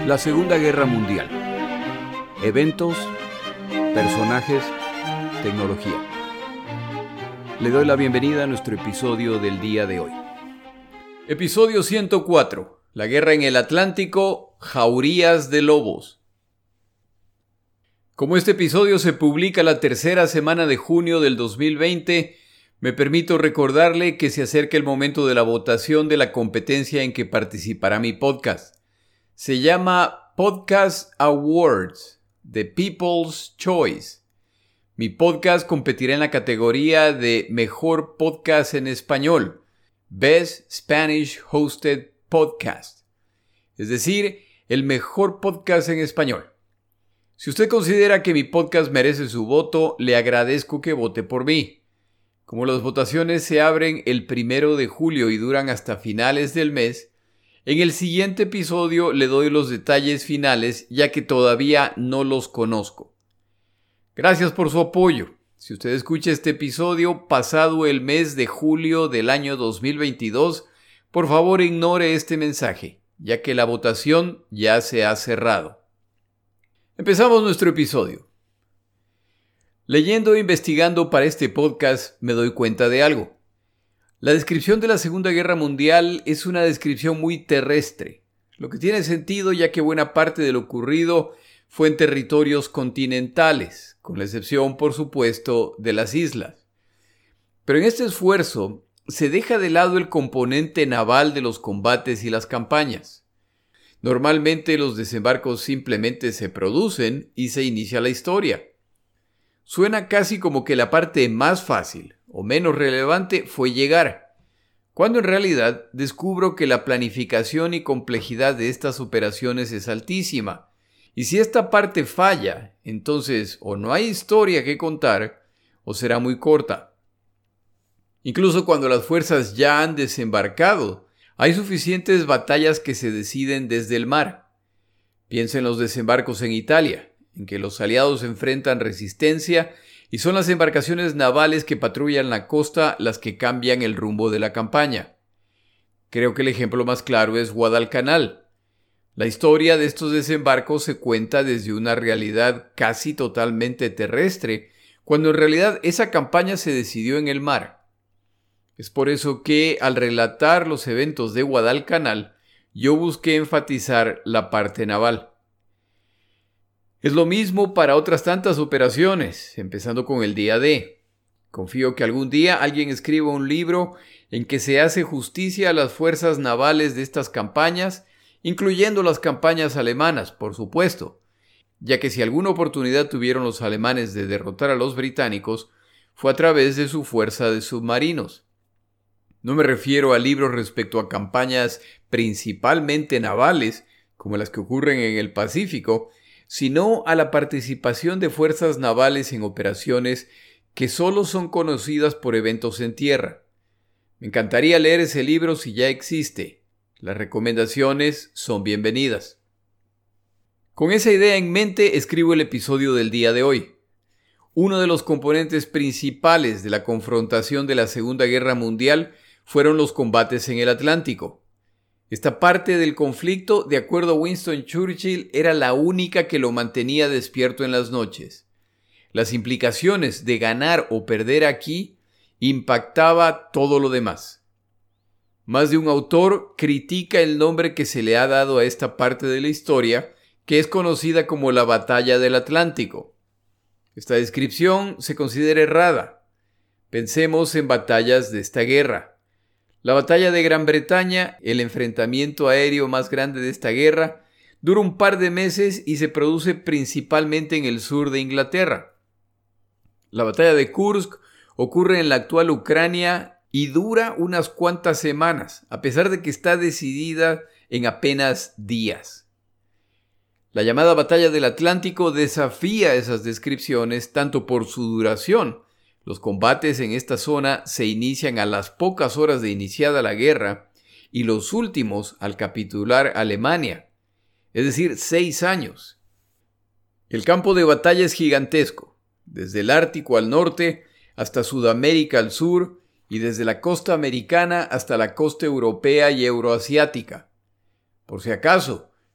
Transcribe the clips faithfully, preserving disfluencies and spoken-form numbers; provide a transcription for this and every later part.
La Segunda Guerra Mundial. Eventos, personajes, tecnología. Le doy la bienvenida a nuestro episodio del día de hoy. Episodio ciento cuatro. La guerra en el Atlántico, jaurías de lobos. Como este episodio se publica la tercera semana de junio del dos mil veinte, me permito recordarle que se acerca el momento de la votación de la competencia en que participará mi podcast. Se llama Podcast Awards, The People's Choice. Mi podcast competirá en la categoría de Mejor Podcast en Español, Best Spanish Hosted Podcast, es decir, el mejor podcast en español. Si usted considera que mi podcast merece su voto, le agradezco que vote por mí. Como las votaciones se abren el primero de julio y duran hasta finales del mes, en el siguiente episodio le doy los detalles finales, ya que todavía no los conozco. Gracias por su apoyo. Si usted escucha este episodio pasado el mes de julio del año dos mil veintidós, por favor ignore este mensaje, ya que la votación ya se ha cerrado. Empezamos nuestro episodio. Leyendo e investigando para este podcast me doy cuenta de algo. La descripción de la Segunda Guerra Mundial es una descripción muy terrestre, lo que tiene sentido ya que buena parte de lo ocurrido fue en territorios continentales, con la excepción, por supuesto, de las islas. Pero en este esfuerzo se deja de lado el componente naval de los combates y las campañas. Normalmente los desembarcos simplemente se producen y se inicia la historia. Suena casi como que la parte más fácil o menos relevante fue llegar, cuando en realidad descubro que la planificación y complejidad de estas operaciones es altísima. Y si esta parte falla, entonces o no hay historia que contar o será muy corta. Incluso cuando las fuerzas ya han desembarcado, hay suficientes batallas que se deciden desde el mar. Piensa en los desembarcos en Italia, en que los aliados enfrentan resistencia y son las embarcaciones navales que patrullan la costa las que cambian el rumbo de la campaña. Creo que el ejemplo más claro es Guadalcanal. La historia de estos desembarcos se cuenta desde una realidad casi totalmente terrestre, cuando en realidad esa campaña se decidió en el mar. Es por eso que, al relatar los eventos de Guadalcanal, yo busqué enfatizar la parte naval. Es lo mismo para otras tantas operaciones, empezando con el día D. Confío que algún día alguien escriba un libro en que se hace justicia a las fuerzas navales de estas campañas, incluyendo las campañas alemanas, por supuesto, ya que si alguna oportunidad tuvieron los alemanes de derrotar a los británicos, fue a través de su fuerza de submarinos. No me refiero a libros respecto a campañas principalmente navales, como las que ocurren en el Pacífico, sino a la participación de fuerzas navales en operaciones que solo son conocidas por eventos en tierra. Me encantaría leer ese libro si ya existe. Las recomendaciones son bienvenidas. Con esa idea en mente escribo el episodio del día de hoy. Uno de los componentes principales de la confrontación de la Segunda Guerra Mundial fueron los combates en el Atlántico. Esta parte del conflicto, de acuerdo a Winston Churchill, era la única que lo mantenía despierto en las noches. Las implicaciones de ganar o perder aquí impactaba todo lo demás. Más de un autor critica el nombre que se le ha dado a esta parte de la historia, que es conocida como la Batalla del Atlántico. Esta descripción se considera errada. Pensemos en batallas de esta guerra. La batalla de Gran Bretaña, el enfrentamiento aéreo más grande de esta guerra, dura un par de meses y se produce principalmente en el sur de Inglaterra. La batalla de Kursk ocurre en la actual Ucrania y dura unas cuantas semanas, a pesar de que está decidida en apenas días. La llamada Batalla del Atlántico desafía esas descripciones tanto por su duración. Los combates en esta zona se inician a las pocas horas de iniciada la guerra y los últimos al capitular Alemania, es decir, seis años. El campo de batalla es gigantesco, desde el Ártico al norte hasta Sudamérica al sur y desde la costa americana hasta la costa europea y euroasiática. Por si acaso,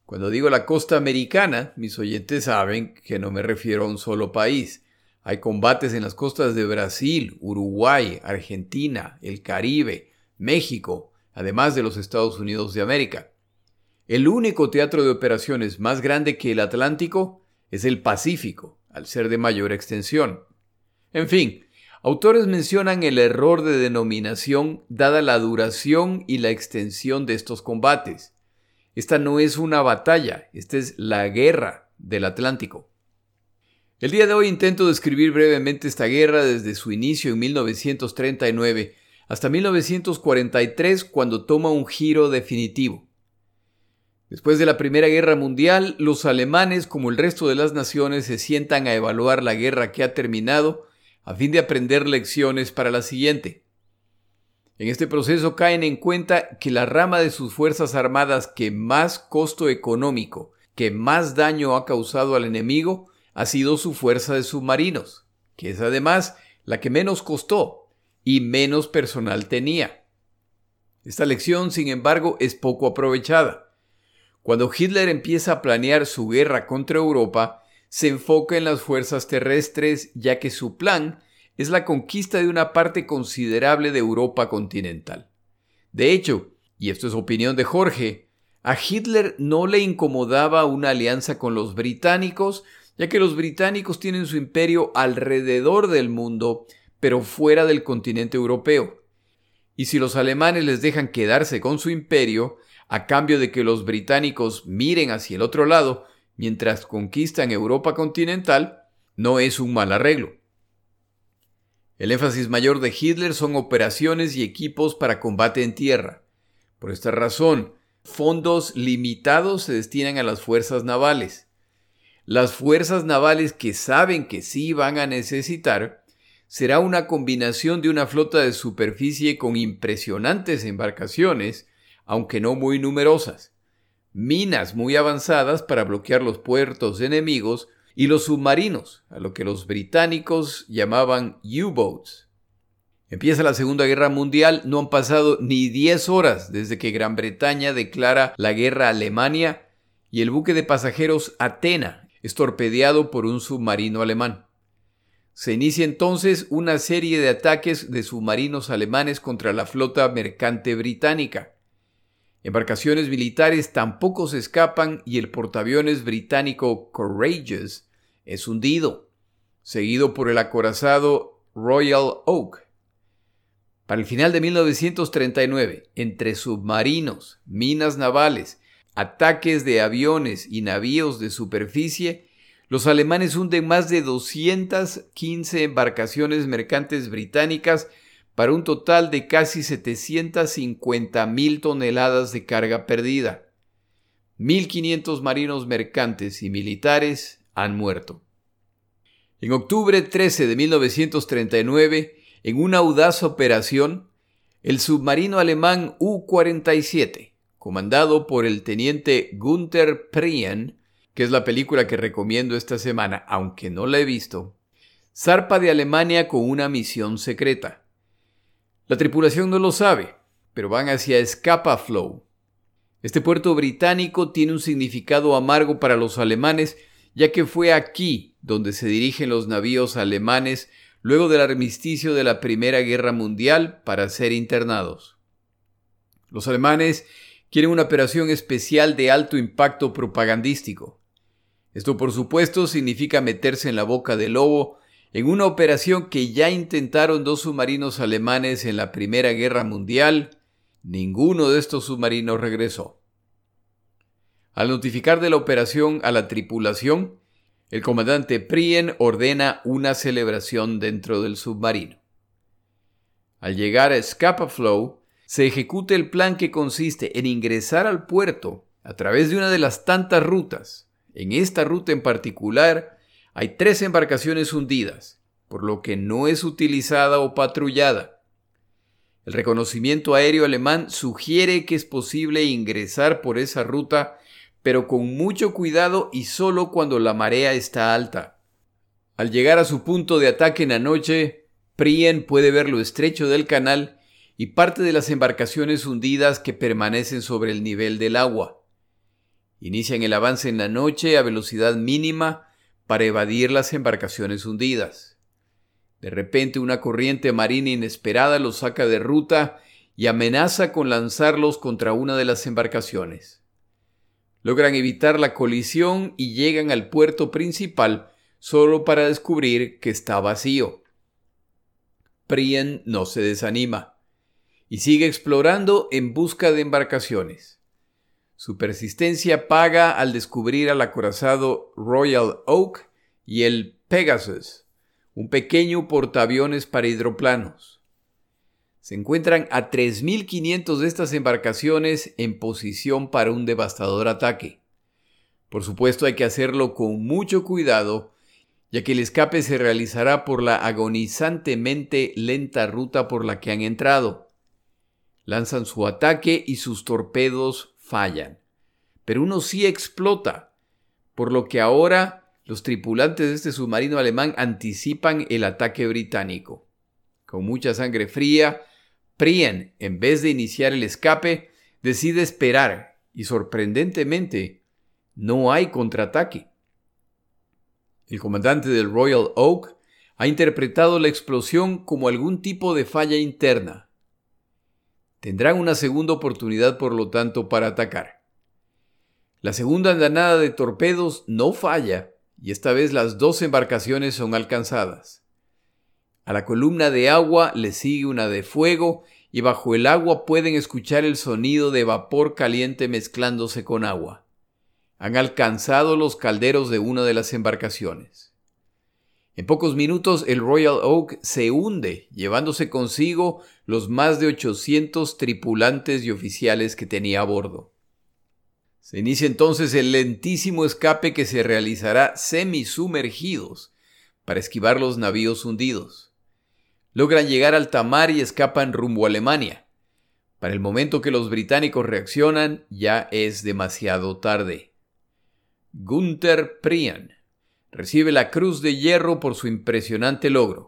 Cuando digo la costa americana, mis oyentes saben que no me refiero a un solo país. Hay combates en las costas de Brasil, Uruguay, Argentina, el Caribe, México, además de los Estados Unidos de América. El único teatro de operaciones más grande que el Atlántico es el Pacífico, al ser de mayor extensión. En fin, autores mencionan el error de denominación dada la duración y la extensión de estos combates. Esta no es una batalla, esta es la guerra del Atlántico. El día de hoy intento describir brevemente esta guerra desde su inicio en mil novecientos treinta y nueve hasta mil novecientos cuarenta y tres, cuando toma un giro definitivo. Después de la Primera Guerra Mundial, los alemanes, como el resto de las naciones, se sientan a evaluar la guerra que ha terminado a fin de aprender lecciones para la siguiente. En este proceso caen en cuenta que la rama de sus fuerzas armadas que más costo económico, que más daño ha causado al enemigo, ha sido su fuerza de submarinos, que es además la que menos costó y menos personal tenía. Esta lección, sin embargo, es poco aprovechada. Cuando Hitler empieza a planear su guerra contra Europa, se enfoca en las fuerzas terrestres, ya que su plan es la conquista de una parte considerable de Europa continental. De hecho, y esto es opinión de Jorge, a Hitler no le incomodaba una alianza con los británicos, ya que los británicos tienen su imperio alrededor del mundo, pero fuera del continente europeo. Y si los alemanes les dejan quedarse con su imperio, a cambio de que los británicos miren hacia el otro lado mientras conquistan Europa continental, no es un mal arreglo. El énfasis mayor de Hitler son operaciones y equipos para combate en tierra. Por esta razón, fondos limitados se destinan a las fuerzas navales. Las fuerzas navales que saben que sí van a necesitar será una combinación de una flota de superficie con impresionantes embarcaciones, aunque no muy numerosas, minas muy avanzadas para bloquear los puertos enemigos y los submarinos, a lo que los británicos llamaban U-boats. Empieza la Segunda Guerra Mundial, no han pasado ni diez horas desde que Gran Bretaña declara la guerra a Alemania y el buque de pasajeros Athena es torpedeado por un submarino alemán. Se inicia entonces una serie de ataques de submarinos alemanes contra la flota mercante británica. Embarcaciones militares tampoco se escapan y el portaaviones británico Courageous es hundido, seguido por el acorazado Royal Oak. Para el final de mil novecientos treinta y nueve, entre submarinos, minas navales, ataques de aviones y navíos de superficie, los alemanes hunden más de doscientas quince embarcaciones mercantes británicas para un total de casi setecientas cincuenta mil toneladas de carga perdida. mil quinientos marinos mercantes y militares han muerto. En octubre trece de mil novecientos treinta y nueve, en una audaz operación, el submarino alemán U cuarenta y siete, comandado por el teniente Günther Prien, que es la película que recomiendo esta semana, aunque no la he visto, zarpa de Alemania con una misión secreta. La tripulación no lo sabe, pero van hacia Scapa Flow. Este puerto británico tiene un significado amargo para los alemanes, ya que fue aquí donde se dirigen los navíos alemanes luego del armisticio de la Primera Guerra Mundial para ser internados. Los alemanes quieren una operación especial de alto impacto propagandístico. Esto, por supuesto, significa meterse en la boca del lobo en una operación que ya intentaron dos submarinos alemanes en la Primera Guerra Mundial. Ninguno de estos submarinos regresó. Al notificar de la operación a la tripulación, el comandante Prien ordena una celebración dentro del submarino. Al llegar a Scapa Flow, se ejecuta el plan que consiste en ingresar al puerto a través de una de las tantas rutas. En esta ruta en particular, hay tres embarcaciones hundidas, por lo que no es utilizada o patrullada. El reconocimiento aéreo alemán sugiere que es posible ingresar por esa ruta, pero con mucho cuidado y solo cuando la marea está alta. Al llegar a su punto de ataque en la noche, Prien puede ver lo estrecho del canal y parte de las embarcaciones hundidas que permanecen sobre el nivel del agua. Inician el avance en la noche a velocidad mínima para evadir las embarcaciones hundidas. De repente, una corriente marina inesperada los saca de ruta y amenaza con lanzarlos contra una de las embarcaciones. Logran evitar la colisión y llegan al puerto principal solo para descubrir que está vacío. Prien no se desanima y sigue explorando en busca de embarcaciones. Su persistencia paga al descubrir al acorazado Royal Oak y el Pegasus, un pequeño portaaviones para hidroplanos. Se encuentran a tres mil quinientas de estas embarcaciones en posición para un devastador ataque. Por supuesto, hay que hacerlo con mucho cuidado, ya que el escape se realizará por la agonizantemente lenta ruta por la que han entrado. Lanzan su ataque y sus torpedos fallan, pero uno sí explota, por lo que ahora los tripulantes de este submarino alemán anticipan el ataque británico. Con mucha sangre fría, Prien, en vez de iniciar el escape, decide esperar y, sorprendentemente, no hay contraataque. El comandante del Royal Oak ha interpretado la explosión como algún tipo de falla interna. Tendrán una segunda oportunidad, por lo tanto, para atacar. La segunda andanada de torpedos no falla y esta vez las dos embarcaciones son alcanzadas. A la columna de agua le sigue una de fuego y bajo el agua pueden escuchar el sonido de vapor caliente mezclándose con agua. Han alcanzado los calderos de una de las embarcaciones. En pocos minutos el Royal Oak se hunde, llevándose consigo los más de ochocientos tripulantes y oficiales que tenía a bordo. Se inicia entonces el lentísimo escape que se realizará semisumergidos para esquivar los navíos hundidos. Logran llegar al alta mar y escapan rumbo a Alemania. Para el momento que los británicos reaccionan, ya es demasiado tarde. Günther Prien recibe la Cruz de Hierro por su impresionante logro.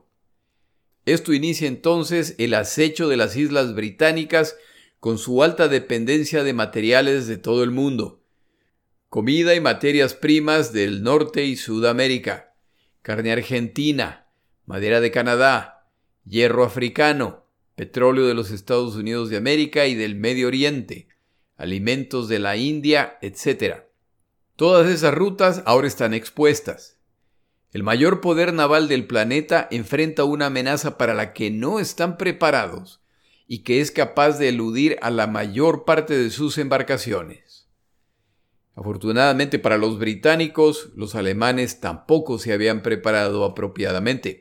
Esto inicia entonces el acecho de las islas británicas con su alta dependencia de materiales de todo el mundo. Comida y materias primas del norte y Sudamérica, carne argentina, madera de Canadá, hierro africano, petróleo de los Estados Unidos de América y del Medio Oriente, alimentos de la India, etcétera. Todas esas rutas ahora están expuestas. El mayor poder naval del planeta enfrenta una amenaza para la que no están preparados y que es capaz de eludir a la mayor parte de sus embarcaciones. Afortunadamente para los británicos, los alemanes tampoco se habían preparado apropiadamente.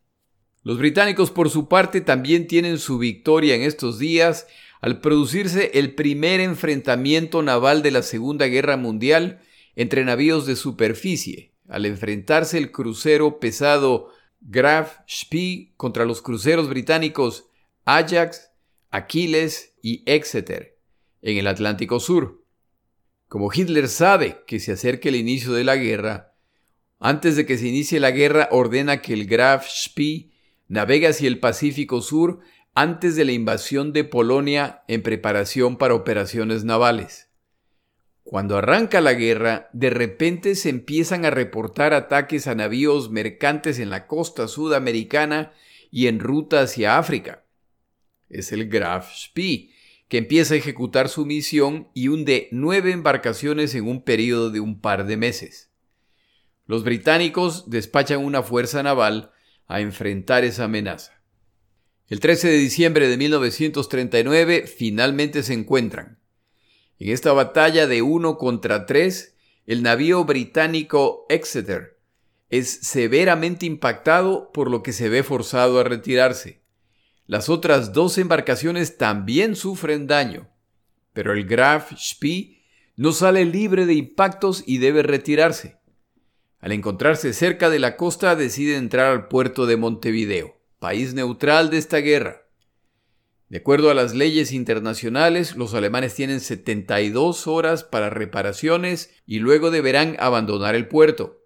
Los británicos, por su parte, también tienen su victoria en estos días al producirse el primer enfrentamiento naval de la Segunda Guerra Mundial entre navíos de superficie, al enfrentarse el crucero pesado Graf Spee contra los cruceros británicos Ajax, Achilles y Exeter en el Atlántico Sur. Como Hitler sabe que se acerca el inicio de la guerra, antes de que se inicie la guerra ordena que el Graf Spee navegue hacia el Pacífico Sur antes de la invasión de Polonia en preparación para operaciones navales. Cuando arranca la guerra, de repente se empiezan a reportar ataques a navíos mercantes en la costa sudamericana y en ruta hacia África. Es el Graf Spee, que empieza a ejecutar su misión y hunde nueve embarcaciones en un periodo de un par de meses. Los británicos despachan una fuerza naval a enfrentar esa amenaza. El trece de diciembre de mil novecientos treinta y nueve finalmente se encuentran. En esta batalla de uno contra tres, el navío británico Exeter es severamente impactado, por lo que se ve forzado a retirarse. Las otras dos embarcaciones también sufren daño, pero el Graf Spee no sale libre de impactos y debe retirarse. Al encontrarse cerca de la costa, decide entrar al puerto de Montevideo, país neutral de esta guerra. De acuerdo a las leyes internacionales, los alemanes tienen setenta y dos horas para reparaciones y luego deberán abandonar el puerto.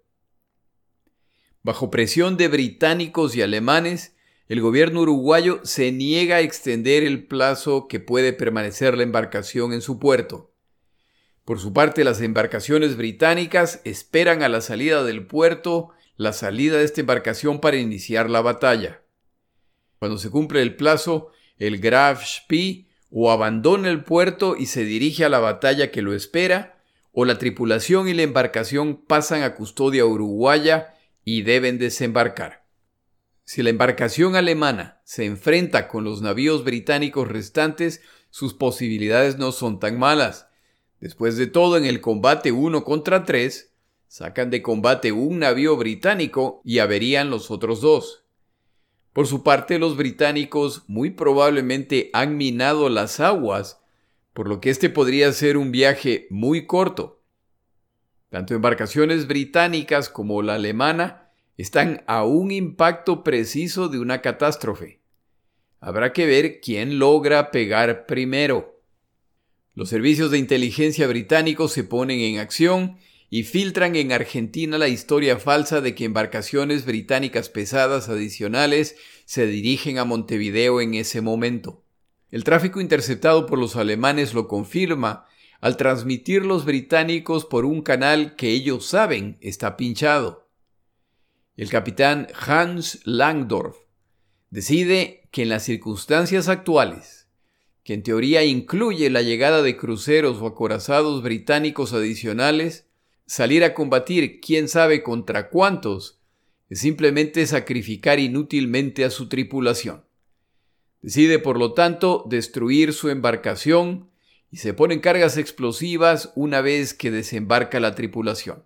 Bajo presión de británicos y alemanes, el gobierno uruguayo se niega a extender el plazo que puede permanecer la embarcación en su puerto. Por su parte, las embarcaciones británicas esperan a la salida del puerto la salida de esta embarcación para iniciar la batalla. Cuando se cumple el plazo, el Graf Spee o abandona el puerto y se dirige a la batalla que lo espera, o la tripulación y la embarcación pasan a custodia uruguaya y deben desembarcar. Si la embarcación alemana se enfrenta con los navíos británicos restantes, sus posibilidades no son tan malas. Después de todo, en el combate uno contra tres, sacan de combate un navío británico y averían los otros dos. Por su parte, los británicos muy probablemente han minado las aguas, por lo que este podría ser un viaje muy corto. Tanto embarcaciones británicas como la alemana están a un impacto preciso de una catástrofe. Habrá que ver quién logra pegar primero. Los servicios de inteligencia británicos se ponen en acción y filtran en Argentina la historia falsa de que embarcaciones británicas pesadas adicionales se dirigen a Montevideo en ese momento. El tráfico interceptado por los alemanes lo confirma al transmitir los británicos por un canal que ellos saben está pinchado. El capitán Hans Langdorf decide que en las circunstancias actuales, que en teoría incluye la llegada de cruceros o acorazados británicos adicionales, salir a combatir quién sabe contra cuántos es simplemente sacrificar inútilmente a su tripulación. Decide, por lo tanto, destruir su embarcación y se ponen cargas explosivas una vez que desembarca la tripulación.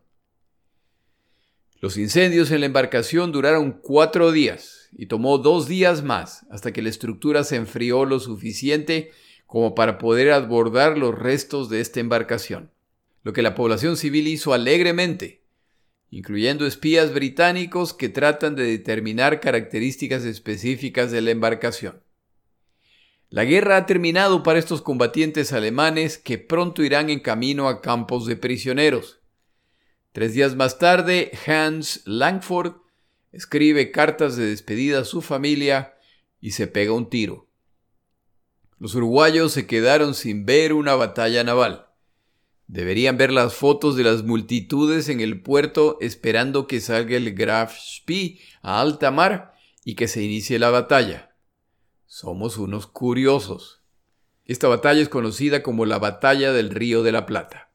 Los incendios en la embarcación duraron cuatro días y tomó dos días más hasta que la estructura se enfrió lo suficiente como para poder abordar los restos de esta embarcación, lo que la población civil hizo alegremente, incluyendo espías británicos que tratan de determinar características específicas de la embarcación. La guerra ha terminado para estos combatientes alemanes que pronto irán en camino a campos de prisioneros. Tres días más tarde, Hans Langford escribe cartas de despedida a su familia y se pega un tiro. Los uruguayos se quedaron sin ver una batalla naval. Deberían ver las fotos de las multitudes en el puerto esperando que salga el Graf Spee a alta mar y que se inicie la batalla. Somos unos curiosos. Esta batalla es conocida como la Batalla del Río de la Plata.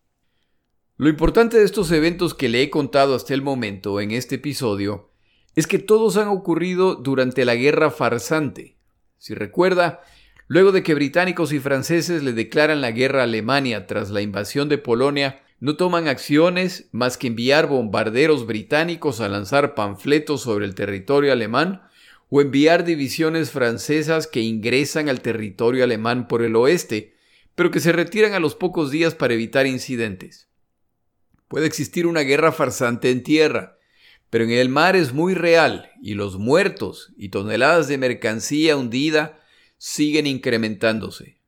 Lo importante de estos eventos que le he contado hasta el momento en este episodio es que todos han ocurrido durante la Guerra Farsante. Si recuerda, luego de que británicos y franceses le declaran la guerra a Alemania tras la invasión de Polonia, no toman acciones más que enviar bombarderos británicos a lanzar panfletos sobre el territorio alemán o enviar divisiones francesas que ingresan al territorio alemán por el oeste, pero que se retiran a los pocos días para evitar incidentes. Puede existir una guerra farsante en tierra, pero en el mar es muy real y los muertos y toneladas de mercancía hundida siguen incrementándose.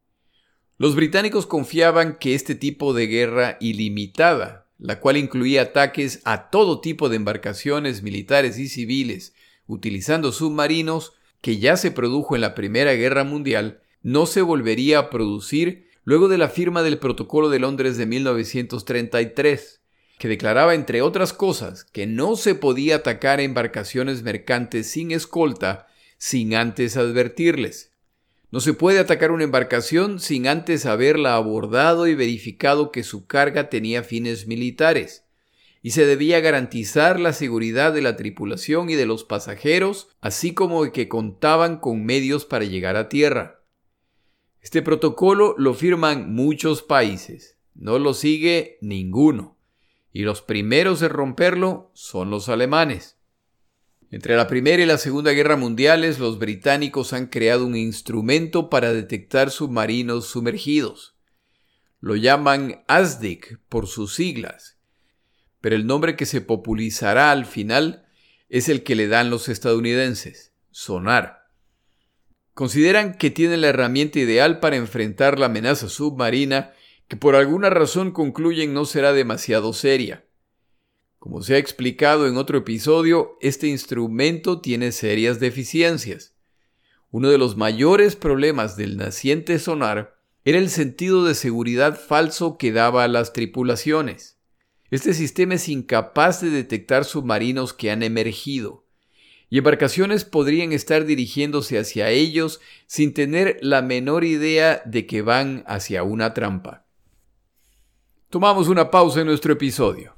Los británicos confiaban que este tipo de guerra ilimitada, la cual incluía ataques a todo tipo de embarcaciones militares y civiles, utilizando submarinos, que ya se produjo en la Primera Guerra Mundial, no se volvería a producir luego de la firma del Protocolo de Londres de mil novecientos treinta y tres, que declaraba, entre otras cosas, que no se podía atacar a embarcaciones mercantes sin escolta sin antes advertirles. No se puede atacar una embarcación sin antes haberla abordado y verificado que su carga tenía fines militares, y se debía garantizar la seguridad de la tripulación y de los pasajeros, así como de que contaban con medios para llegar a tierra. Este protocolo lo firman muchos países, no lo sigue ninguno, y los primeros en romperlo son los alemanes. Entre la Primera y la Segunda Guerra Mundiales, los británicos han creado un instrumento para detectar submarinos sumergidos. Lo llaman A S D I C por sus siglas, pero el nombre que se popularizará al final es el que le dan los estadounidenses: sonar. Consideran que tienen la herramienta ideal para enfrentar la amenaza submarina, que por alguna razón concluyen no será demasiado seria. Como se ha explicado en otro episodio, este instrumento tiene serias deficiencias. Uno de los mayores problemas del naciente sonar Era el sentido de seguridad falso que daba a las tripulaciones. Este sistema es incapaz de detectar submarinos que han emergido, y embarcaciones podrían estar dirigiéndose hacia ellos sin tener la menor idea de que van hacia una trampa. Tomamos una pausa en nuestro episodio.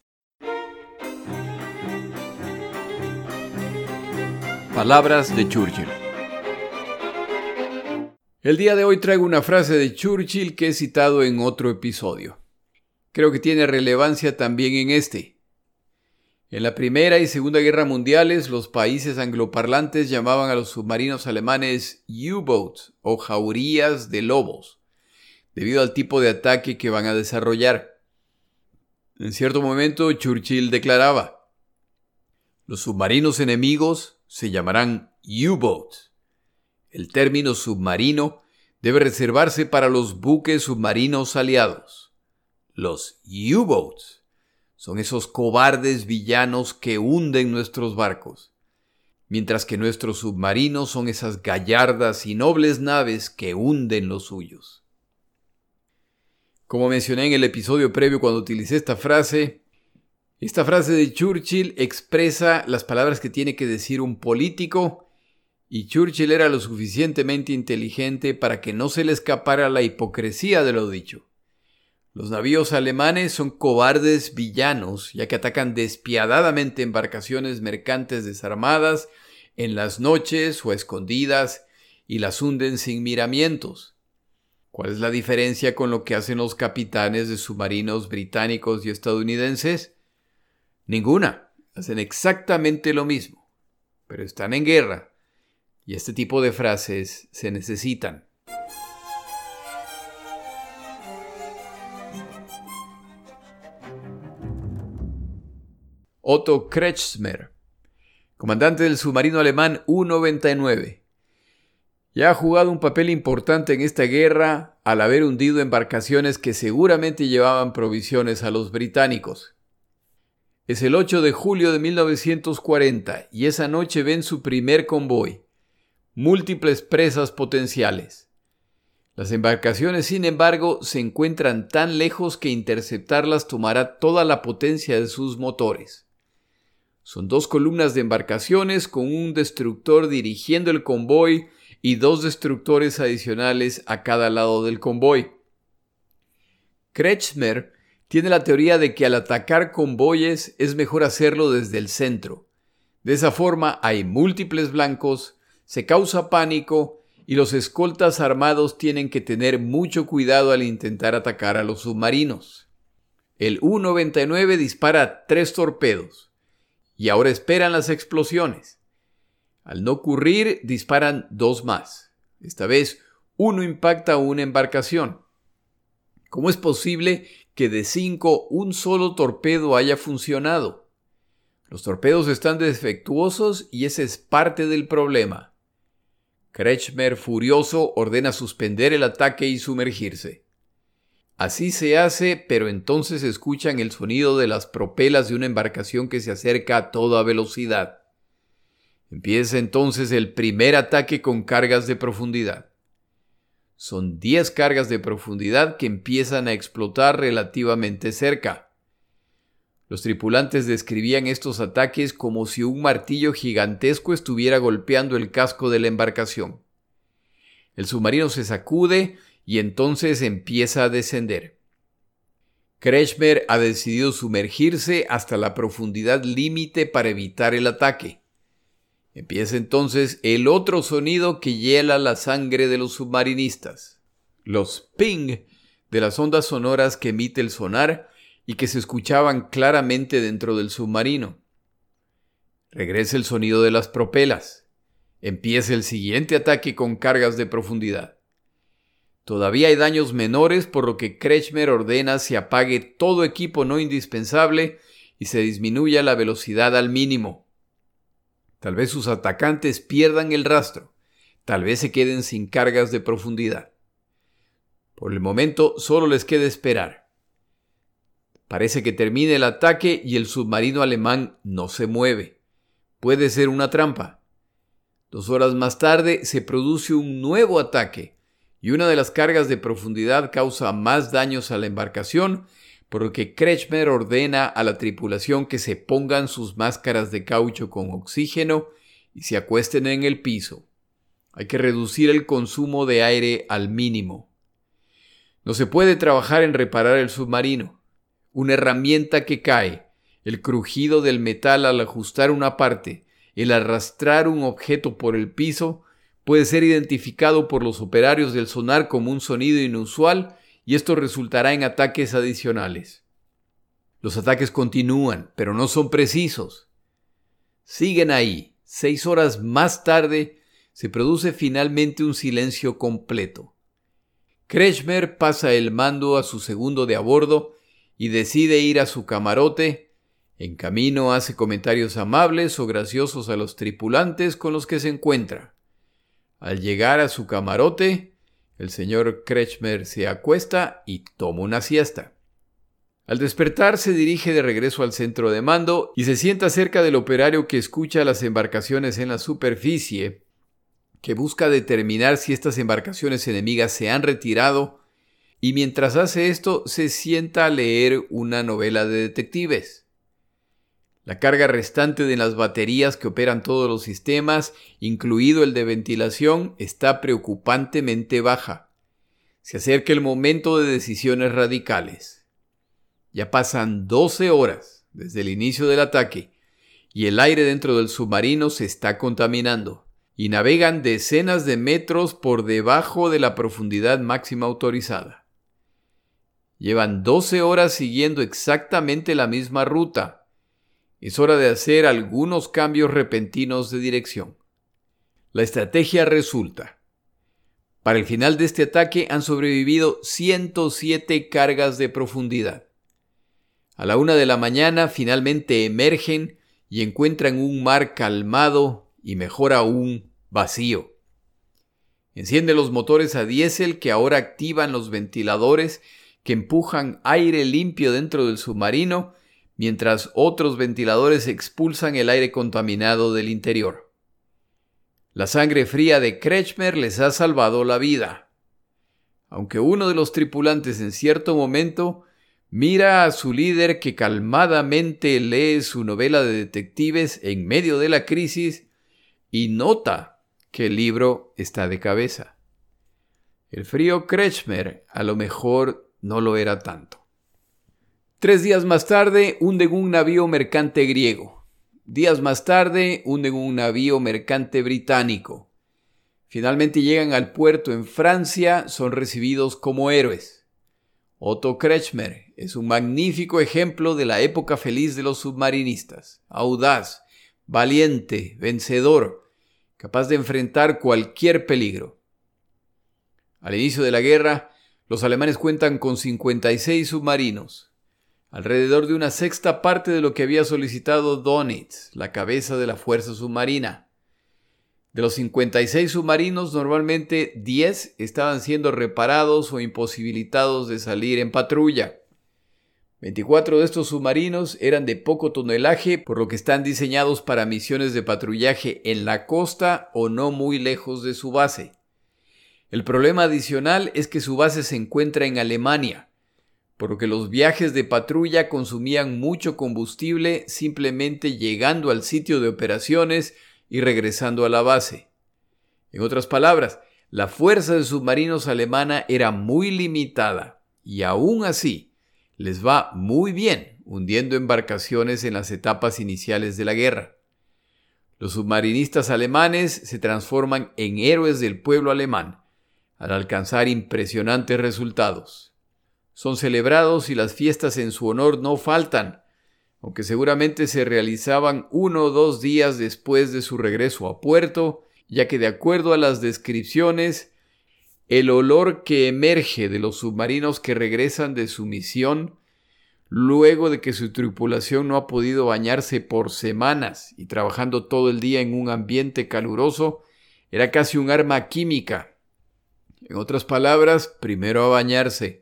Palabras de Churchill. El día de hoy traigo una frase de Churchill que he citado en otro episodio. Creo que tiene relevancia también en este. En la Primera y Segunda Guerra Mundiales, los países angloparlantes llamaban a los submarinos alemanes U-boats o jaurías de lobos, debido al tipo de ataque que van a desarrollar. En cierto momento, Churchill declaraba: los submarinos enemigos se llamarán U-boats. El término submarino debe reservarse para los buques submarinos aliados. Los U-boats son esos cobardes villanos que hunden nuestros barcos, mientras que nuestros submarinos son esas gallardas y nobles naves que hunden los suyos. Como mencioné en el episodio previo cuando utilicé esta frase, esta frase de Churchill expresa las palabras que tiene que decir un político, y Churchill era lo suficientemente inteligente para que no se le escapara la hipocresía de lo dicho. Los navíos alemanes son cobardes villanos, ya que atacan despiadadamente embarcaciones mercantes desarmadas en las noches o escondidas y las hunden sin miramientos. ¿Cuál es la diferencia con lo que hacen los capitanes de submarinos británicos y estadounidenses? Ninguna. Hacen exactamente lo mismo, pero están en guerra. Y este tipo de frases se necesitan. Otto Kretschmer, comandante del submarino alemán U noventa y nueve. Ya ha jugado un papel importante en esta guerra al haber hundido embarcaciones que seguramente llevaban provisiones a los británicos. Es el ocho de julio de mil novecientos cuarenta y esa noche ven su primer convoy. Múltiples presas potenciales. Las embarcaciones, sin embargo, se encuentran tan lejos que interceptarlas tomará toda la potencia de sus motores. Son dos columnas de embarcaciones con un destructor dirigiendo el convoy y dos destructores adicionales a cada lado del convoy. Kretschmer tiene la teoría de que al atacar convoyes es mejor hacerlo desde el centro. De esa forma hay múltiples blancos, se causa pánico y los escoltas armados tienen que tener mucho cuidado al intentar atacar a los submarinos. El U noventa y nueve dispara tres torpedos y ahora esperan las explosiones. Al no ocurrir, disparan dos más. Esta vez, uno impacta a una embarcación. ¿Cómo es posible que de cinco un solo torpedo haya funcionado? Los torpedos están defectuosos y ese es parte del problema. Kretschmer, furioso, ordena suspender el ataque y sumergirse. Así se hace, pero entonces escuchan el sonido de las propelas de una embarcación que se acerca a toda velocidad. Empieza entonces el primer ataque con cargas de profundidad. Son diez cargas de profundidad que empiezan a explotar relativamente cerca. Los tripulantes describían estos ataques como si un martillo gigantesco estuviera golpeando el casco de la embarcación. El submarino se sacude y entonces empieza a descender. Kretschmer ha decidido sumergirse hasta la profundidad límite para evitar el ataque. Empieza entonces el otro sonido que hiela la sangre de los submarinistas. Los ping de las ondas sonoras que emite el sonar y que se escuchaban claramente dentro del submarino. Regresa el sonido de las propelas. Empieza el siguiente ataque con cargas de profundidad. Todavía hay daños menores, por lo que Kretschmer ordena se apague todo equipo no indispensable y se disminuya la velocidad al mínimo. Tal vez sus atacantes pierdan el rastro, tal vez se queden sin cargas de profundidad. Por el momento solo les queda esperar. Parece que termine el ataque y el submarino alemán no se mueve. Puede ser una trampa. Dos horas más tarde se produce un nuevo ataque y una de las cargas de profundidad causa más daños a la embarcación, por lo que Kretschmer ordena a la tripulación que se pongan sus máscaras de caucho con oxígeno y se acuesten en el piso. Hay que reducir el consumo de aire al mínimo. No se puede trabajar en reparar el submarino. Una herramienta que cae, el crujido del metal al ajustar una parte, el arrastrar un objeto por el piso, puede ser identificado por los operarios del sonar como un sonido inusual y esto resultará en ataques adicionales. Los ataques continúan, pero no son precisos. Siguen ahí. Seis horas más tarde, se produce finalmente un silencio completo. Kretschmer pasa el mando a su segundo de a bordo y decide ir a su camarote. En camino hace comentarios amables o graciosos a los tripulantes con los que se encuentra. Al llegar a su camarote, el señor Kretschmer se acuesta y toma una siesta. Al despertar se dirige de regreso al centro de mando y se sienta cerca del operario que escucha las embarcaciones en la superficie, que busca determinar si estas embarcaciones enemigas se han retirado, y mientras hace esto se sienta a leer una novela de detectives. La carga restante de las baterías que operan todos los sistemas, incluido el de ventilación, está preocupantemente baja. Se acerca el momento de decisiones radicales. Ya pasan doce horas desde el inicio del ataque y el aire dentro del submarino se está contaminando y navegan decenas de metros por debajo de la profundidad máxima autorizada. Llevan doce horas siguiendo exactamente la misma ruta. Es hora de hacer algunos cambios repentinos de dirección. La estrategia resulta. Para el final de este ataque han sobrevivido ciento siete cargas de profundidad. A la una de la mañana finalmente emergen y encuentran un mar calmado y mejor aún vacío. Enciende los motores a diésel que ahora activan los ventiladores que empujan aire limpio dentro del submarino mientras otros ventiladores expulsan el aire contaminado del interior. La sangre fría de Kretschmer les ha salvado la vida. Aunque uno de los tripulantes en cierto momento mira a su líder que calmadamente lee su novela de detectives en medio de la crisis y nota que el libro está de cabeza. El frío Kretschmer a lo mejor no lo era tanto. Tres días más tarde hunden un navío mercante griego. Días más tarde hunden un navío mercante británico. Finalmente llegan al puerto en Francia, son recibidos como héroes. Otto Kretschmer es un magnífico ejemplo de la época feliz de los submarinistas. Audaz, valiente, vencedor, capaz de enfrentar cualquier peligro. Al inicio de la guerra, los alemanes cuentan con cincuenta y seis submarinos. Alrededor de una sexta parte de lo que había solicitado Dönitz, la cabeza de la fuerza submarina. De los cincuenta y seis submarinos, normalmente diez estaban siendo reparados o imposibilitados de salir en patrulla. veinticuatro de estos submarinos eran de poco tonelaje, por lo que están diseñados para misiones de patrullaje en la costa o no muy lejos de su base. El problema adicional es que su base se encuentra en Alemania, por lo que los viajes de patrulla consumían mucho combustible simplemente llegando al sitio de operaciones y regresando a la base. En otras palabras, la fuerza de submarinos alemana era muy limitada y aún así les va muy bien hundiendo embarcaciones en las etapas iniciales de la guerra. Los submarinistas alemanes se transforman en héroes del pueblo alemán al alcanzar impresionantes resultados. Son celebrados y las fiestas en su honor no faltan, aunque seguramente se realizaban uno o dos días después de su regreso a puerto, ya que de acuerdo a las descripciones, el olor que emerge de los submarinos que regresan de su misión, luego de que su tripulación no ha podido bañarse por semanas y trabajando todo el día en un ambiente caluroso, era casi un arma química. En otras palabras, primero a bañarse.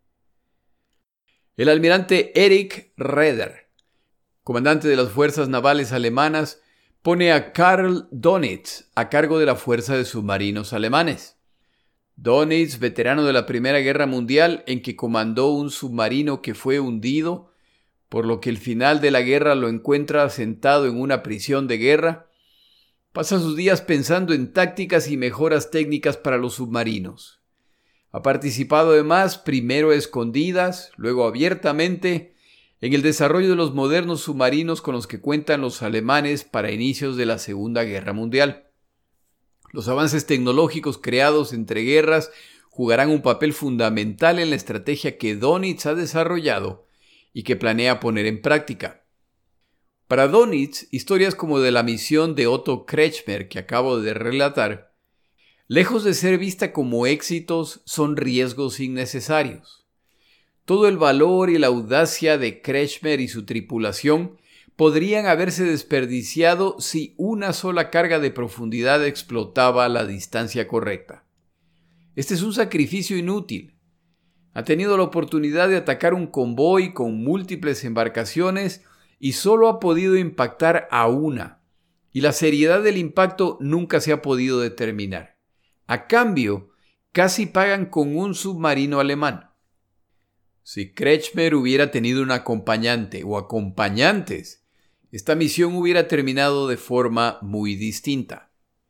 El almirante Erich Raeder, comandante de las fuerzas navales alemanas, pone a Karl Dönitz a cargo de la fuerza de submarinos alemanes. Dönitz, veterano de la Primera Guerra Mundial, en que comandó un submarino que fue hundido, por lo que el final de la guerra lo encuentra sentado en una prisión de guerra, pasa sus días pensando en tácticas y mejoras técnicas para los submarinos. Ha participado además, primero a escondidas, luego abiertamente, en el desarrollo de los modernos submarinos con los que cuentan los alemanes para inicios de la Segunda Guerra Mundial. Los avances tecnológicos creados entre guerras jugarán un papel fundamental en la estrategia que Dönitz ha desarrollado y que planea poner en práctica. Para Dönitz, historias como de la misión de Otto Kretschmer que acabo de relatar, lejos de ser vista como éxitos, son riesgos innecesarios. Todo el valor y la audacia de Kretschmer y su tripulación podrían haberse desperdiciado si una sola carga de profundidad explotaba a la distancia correcta. Este es un sacrificio inútil. Ha tenido la oportunidad de atacar un convoy con múltiples embarcaciones y solo ha podido impactar a una, y la seriedad del impacto nunca se ha podido determinar. A cambio, casi pagan con un submarino alemán. Si Kretschmer hubiera tenido un acompañante o acompañantes, esta misión hubiera terminado de forma muy distinta.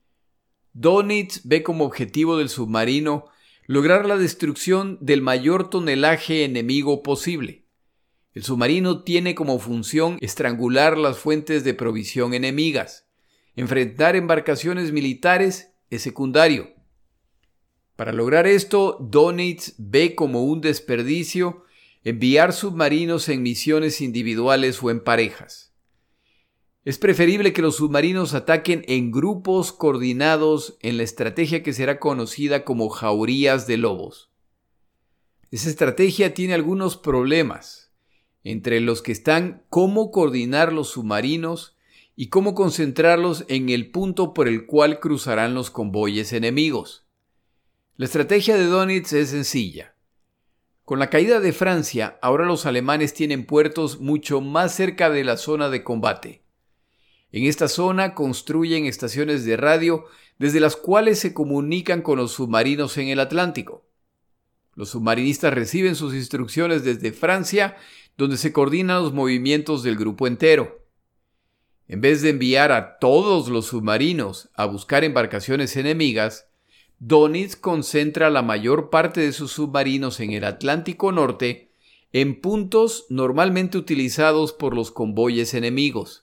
Dönitz ve como objetivo del submarino lograr la destrucción del mayor tonelaje enemigo posible. El submarino tiene como función estrangular las fuentes de provisión enemigas. Enfrentar embarcaciones militares es secundario. Para lograr esto, Dönitz ve como un desperdicio enviar submarinos en misiones individuales o en parejas. Es preferible que los submarinos ataquen en grupos coordinados en la estrategia que será conocida como jaurías de lobos. Esa estrategia tiene algunos problemas, entre los que están cómo coordinar los submarinos y cómo concentrarlos en el punto por el cual cruzarán los convoyes enemigos. La estrategia de Dönitz es sencilla. Con la caída de Francia, ahora los alemanes tienen puertos mucho más cerca de la zona de combate. En esta zona construyen estaciones de radio desde las cuales se comunican con los submarinos en el Atlántico. Los submarinistas reciben sus instrucciones desde Francia, donde se coordinan los movimientos del grupo entero. En vez de enviar a todos los submarinos a buscar embarcaciones enemigas, Dönitz concentra la mayor parte de sus submarinos en el Atlántico Norte, en puntos normalmente utilizados por los convoyes enemigos.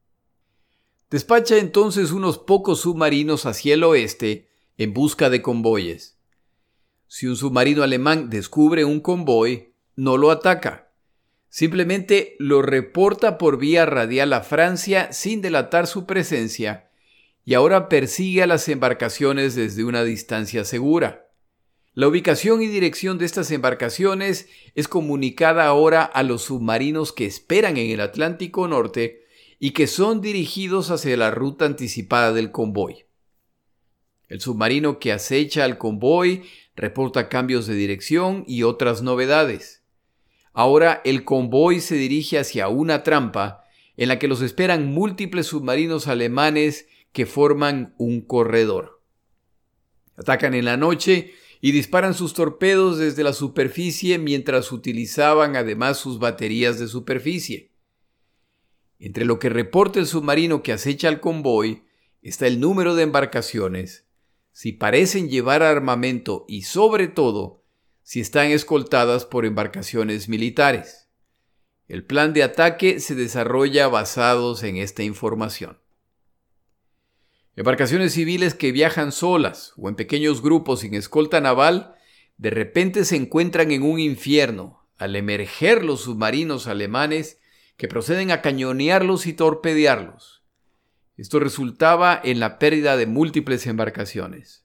Despacha entonces unos pocos submarinos hacia el oeste en busca de convoyes. Si un submarino alemán descubre un convoy, no lo ataca. Simplemente lo reporta por vía radial a Francia sin delatar su presencia y ahora persigue a las embarcaciones desde una distancia segura. La ubicación y dirección de estas embarcaciones es comunicada ahora a los submarinos que esperan en el Atlántico Norte y que son dirigidos hacia la ruta anticipada del convoy. El submarino que acecha al convoy reporta cambios de dirección y otras novedades. Ahora el convoy se dirige hacia una trampa en la que los esperan múltiples submarinos alemanes que forman un corredor. Atacan en la noche y disparan sus torpedos desde la superficie mientras utilizaban además sus baterías de superficie. Entre lo que reporta el submarino que acecha al convoy está el número de embarcaciones, si parecen llevar armamento y, sobre todo, si están escoltadas por embarcaciones militares. El plan de ataque se desarrolla basados en esta información. Embarcaciones civiles que viajan solas o en pequeños grupos sin escolta naval, de repente se encuentran en un infierno al emerger los submarinos alemanes que proceden a cañonearlos y torpedearlos. Esto resultaba en la pérdida de múltiples embarcaciones.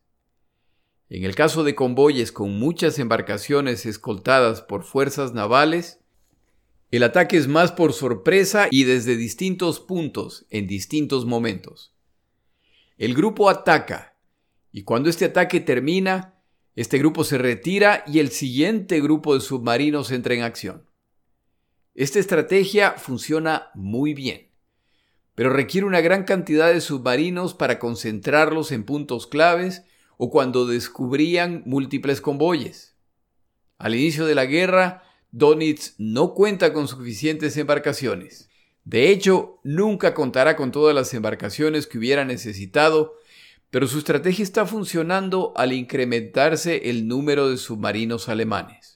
En el caso de convoyes con muchas embarcaciones escoltadas por fuerzas navales, el ataque es más por sorpresa y desde distintos puntos en distintos momentos. El grupo ataca, y cuando este ataque termina, este grupo se retira y el siguiente grupo de submarinos entra en acción. Esta estrategia funciona muy bien, pero requiere una gran cantidad de submarinos para concentrarlos en puntos claves o cuando descubrían múltiples convoyes. Al inicio de la guerra, Dönitz no cuenta con suficientes embarcaciones. De hecho, nunca contará con todas las embarcaciones que hubiera necesitado, pero su estrategia está funcionando al incrementarse el número de submarinos alemanes.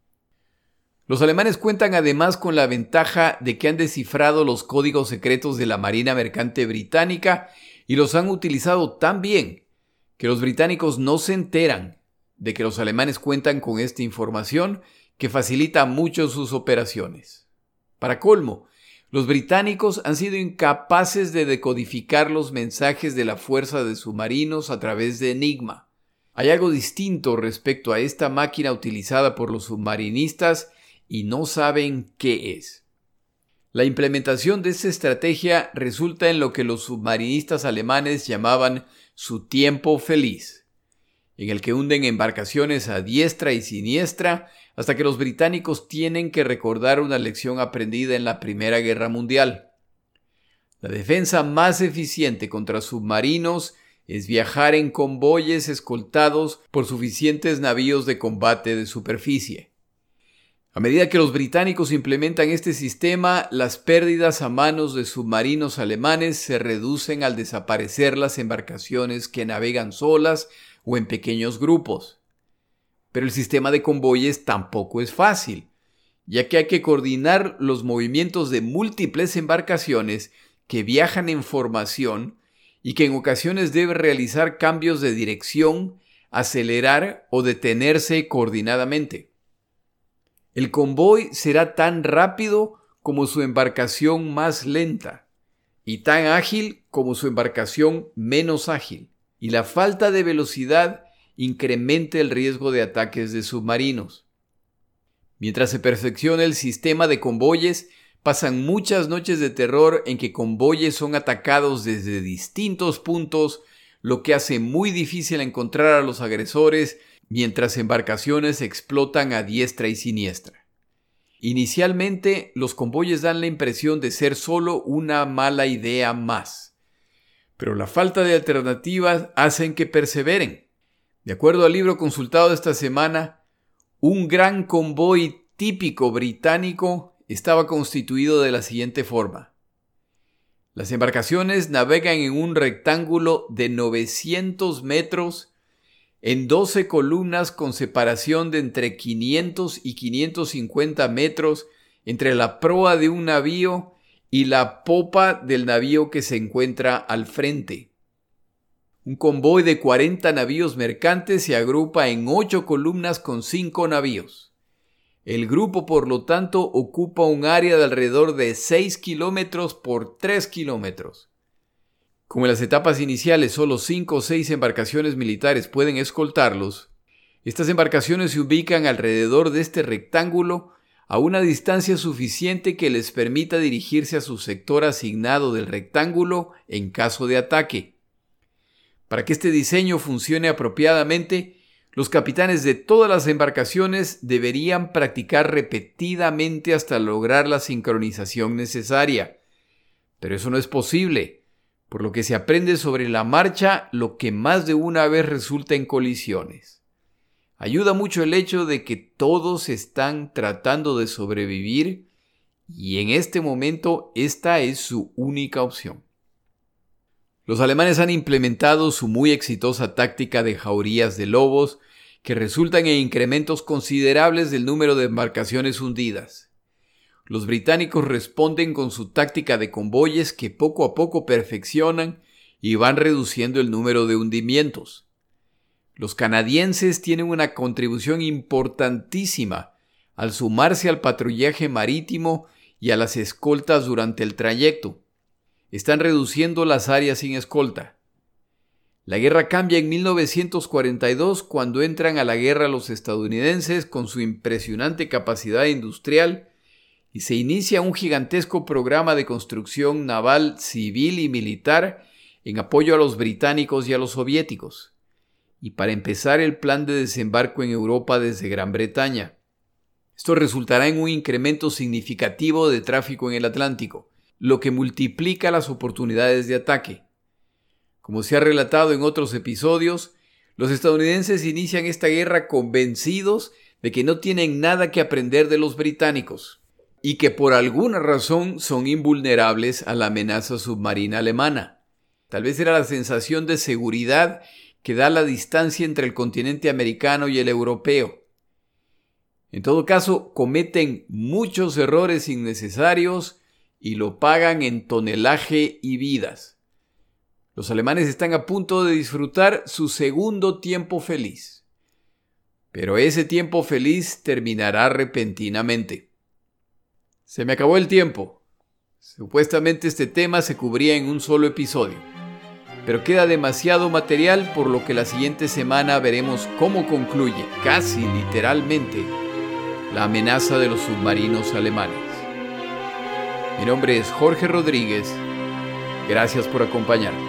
Los alemanes cuentan además con la ventaja de que han descifrado los códigos secretos de la Marina Mercante Británica y los han utilizado tan bien que los británicos no se enteran de que los alemanes cuentan con esta información que facilita mucho sus operaciones. Para colmo, los británicos han sido incapaces de decodificar los mensajes de la fuerza de submarinos a través de Enigma. Hay algo distinto respecto a esta máquina utilizada por los submarinistas y no saben qué es. La implementación de esta estrategia resulta en lo que los submarinistas alemanes llamaban su tiempo feliz, en el que hunden embarcaciones a diestra y siniestra hasta que los británicos tienen que recordar una lección aprendida en la Primera Guerra Mundial. La defensa más eficiente contra submarinos es viajar en convoyes escoltados por suficientes navíos de combate de superficie. A medida que los británicos implementan este sistema, las pérdidas a manos de submarinos alemanes se reducen al desaparecer las embarcaciones que navegan solas o en pequeños grupos. Pero el sistema de convoyes tampoco es fácil, ya que hay que coordinar los movimientos de múltiples embarcaciones que viajan en formación y que en ocasiones deben realizar cambios de dirección, acelerar o detenerse coordinadamente. El convoy será tan rápido como su embarcación más lenta y tan ágil como su embarcación menos ágil, y la falta de velocidad incrementa el riesgo de ataques de submarinos. Mientras se perfecciona el sistema de convoyes, pasan muchas noches de terror en que convoyes son atacados desde distintos puntos, lo que hace muy difícil encontrar a los agresores mientras embarcaciones explotan a diestra y siniestra. Inicialmente, los convoyes dan la impresión de ser solo una mala idea más, pero la falta de alternativas hacen que perseveren. De acuerdo al libro consultado esta semana, un gran convoy típico británico estaba constituido de la siguiente forma. Las embarcaciones navegan en un rectángulo de novecientos metros en doce columnas con separación de entre quinientos y quinientos cincuenta metros entre la proa de un navío y la popa del navío que se encuentra al frente. Un convoy de cuarenta navíos mercantes se agrupa en ocho columnas con cinco navíos. El grupo, por lo tanto, ocupa un área de alrededor de seis kilómetros por tres kilómetros. Como en las etapas iniciales solo cinco o seis embarcaciones militares pueden escoltarlos, estas embarcaciones se ubican alrededor de este rectángulo a una distancia suficiente que les permita dirigirse a su sector asignado del rectángulo en caso de ataque. Para que este diseño funcione apropiadamente, los capitanes de todas las embarcaciones deberían practicar repetidamente hasta lograr la sincronización necesaria. Pero eso no es posible, por lo que se aprende sobre la marcha, lo que más de una vez resulta en colisiones. Ayuda mucho el hecho de que todos están tratando de sobrevivir y en este momento esta es su única opción. Los alemanes han implementado su muy exitosa táctica de jaurías de lobos que resultan en incrementos considerables del número de embarcaciones hundidas. Los británicos responden con su táctica de convoyes que poco a poco perfeccionan y van reduciendo el número de hundimientos. Los canadienses tienen una contribución importantísima al sumarse al patrullaje marítimo y a las escoltas durante el trayecto. Están reduciendo las áreas sin escolta. La guerra cambia en mil novecientos cuarenta y dos cuando entran a la guerra los estadounidenses con su impresionante capacidad industrial y se inicia un gigantesco programa de construcción naval civil y militar en apoyo a los británicos y a los soviéticos, y para empezar el plan de desembarco en Europa desde Gran Bretaña. Esto resultará en un incremento significativo de tráfico en el Atlántico, lo que multiplica las oportunidades de ataque. Como se ha relatado en otros episodios, Los estadounidenses inician esta guerra convencidos de que no tienen nada que aprender de los británicos y que por alguna razón son invulnerables a la amenaza submarina alemana. Tal vez era la sensación de seguridad que da la distancia entre el continente americano y el europeo. En todo caso, cometen muchos errores innecesarios y lo pagan en tonelaje y vidas. Los alemanes están a punto de disfrutar su segundo tiempo feliz. Pero ese tiempo feliz terminará repentinamente. Se me acabó el tiempo. Supuestamente este tema se cubría en un solo episodio. Pero queda demasiado material, por lo que la siguiente semana veremos cómo concluye, casi literalmente, la amenaza de los submarinos alemanes. Mi nombre es Jorge Rodríguez. Gracias por acompañarme.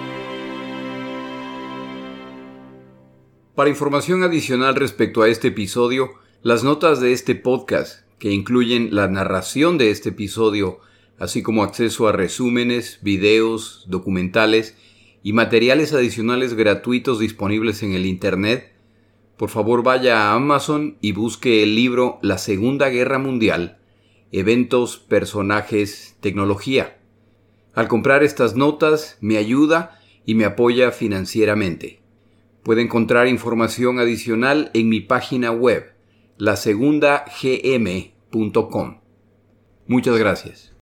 Para información adicional respecto a este episodio, las notas de este podcast, que incluyen la narración de este episodio, así como acceso a resúmenes, videos, documentales y materiales adicionales gratuitos disponibles en el Internet, por favor vaya a Amazon y busque el libro La Segunda Guerra Mundial, Eventos, Personajes, Tecnología. Al comprar estas notas me ayuda y me apoya financieramente. Puede encontrar información adicional en mi página web, la segunda g m punto com. Muchas gracias.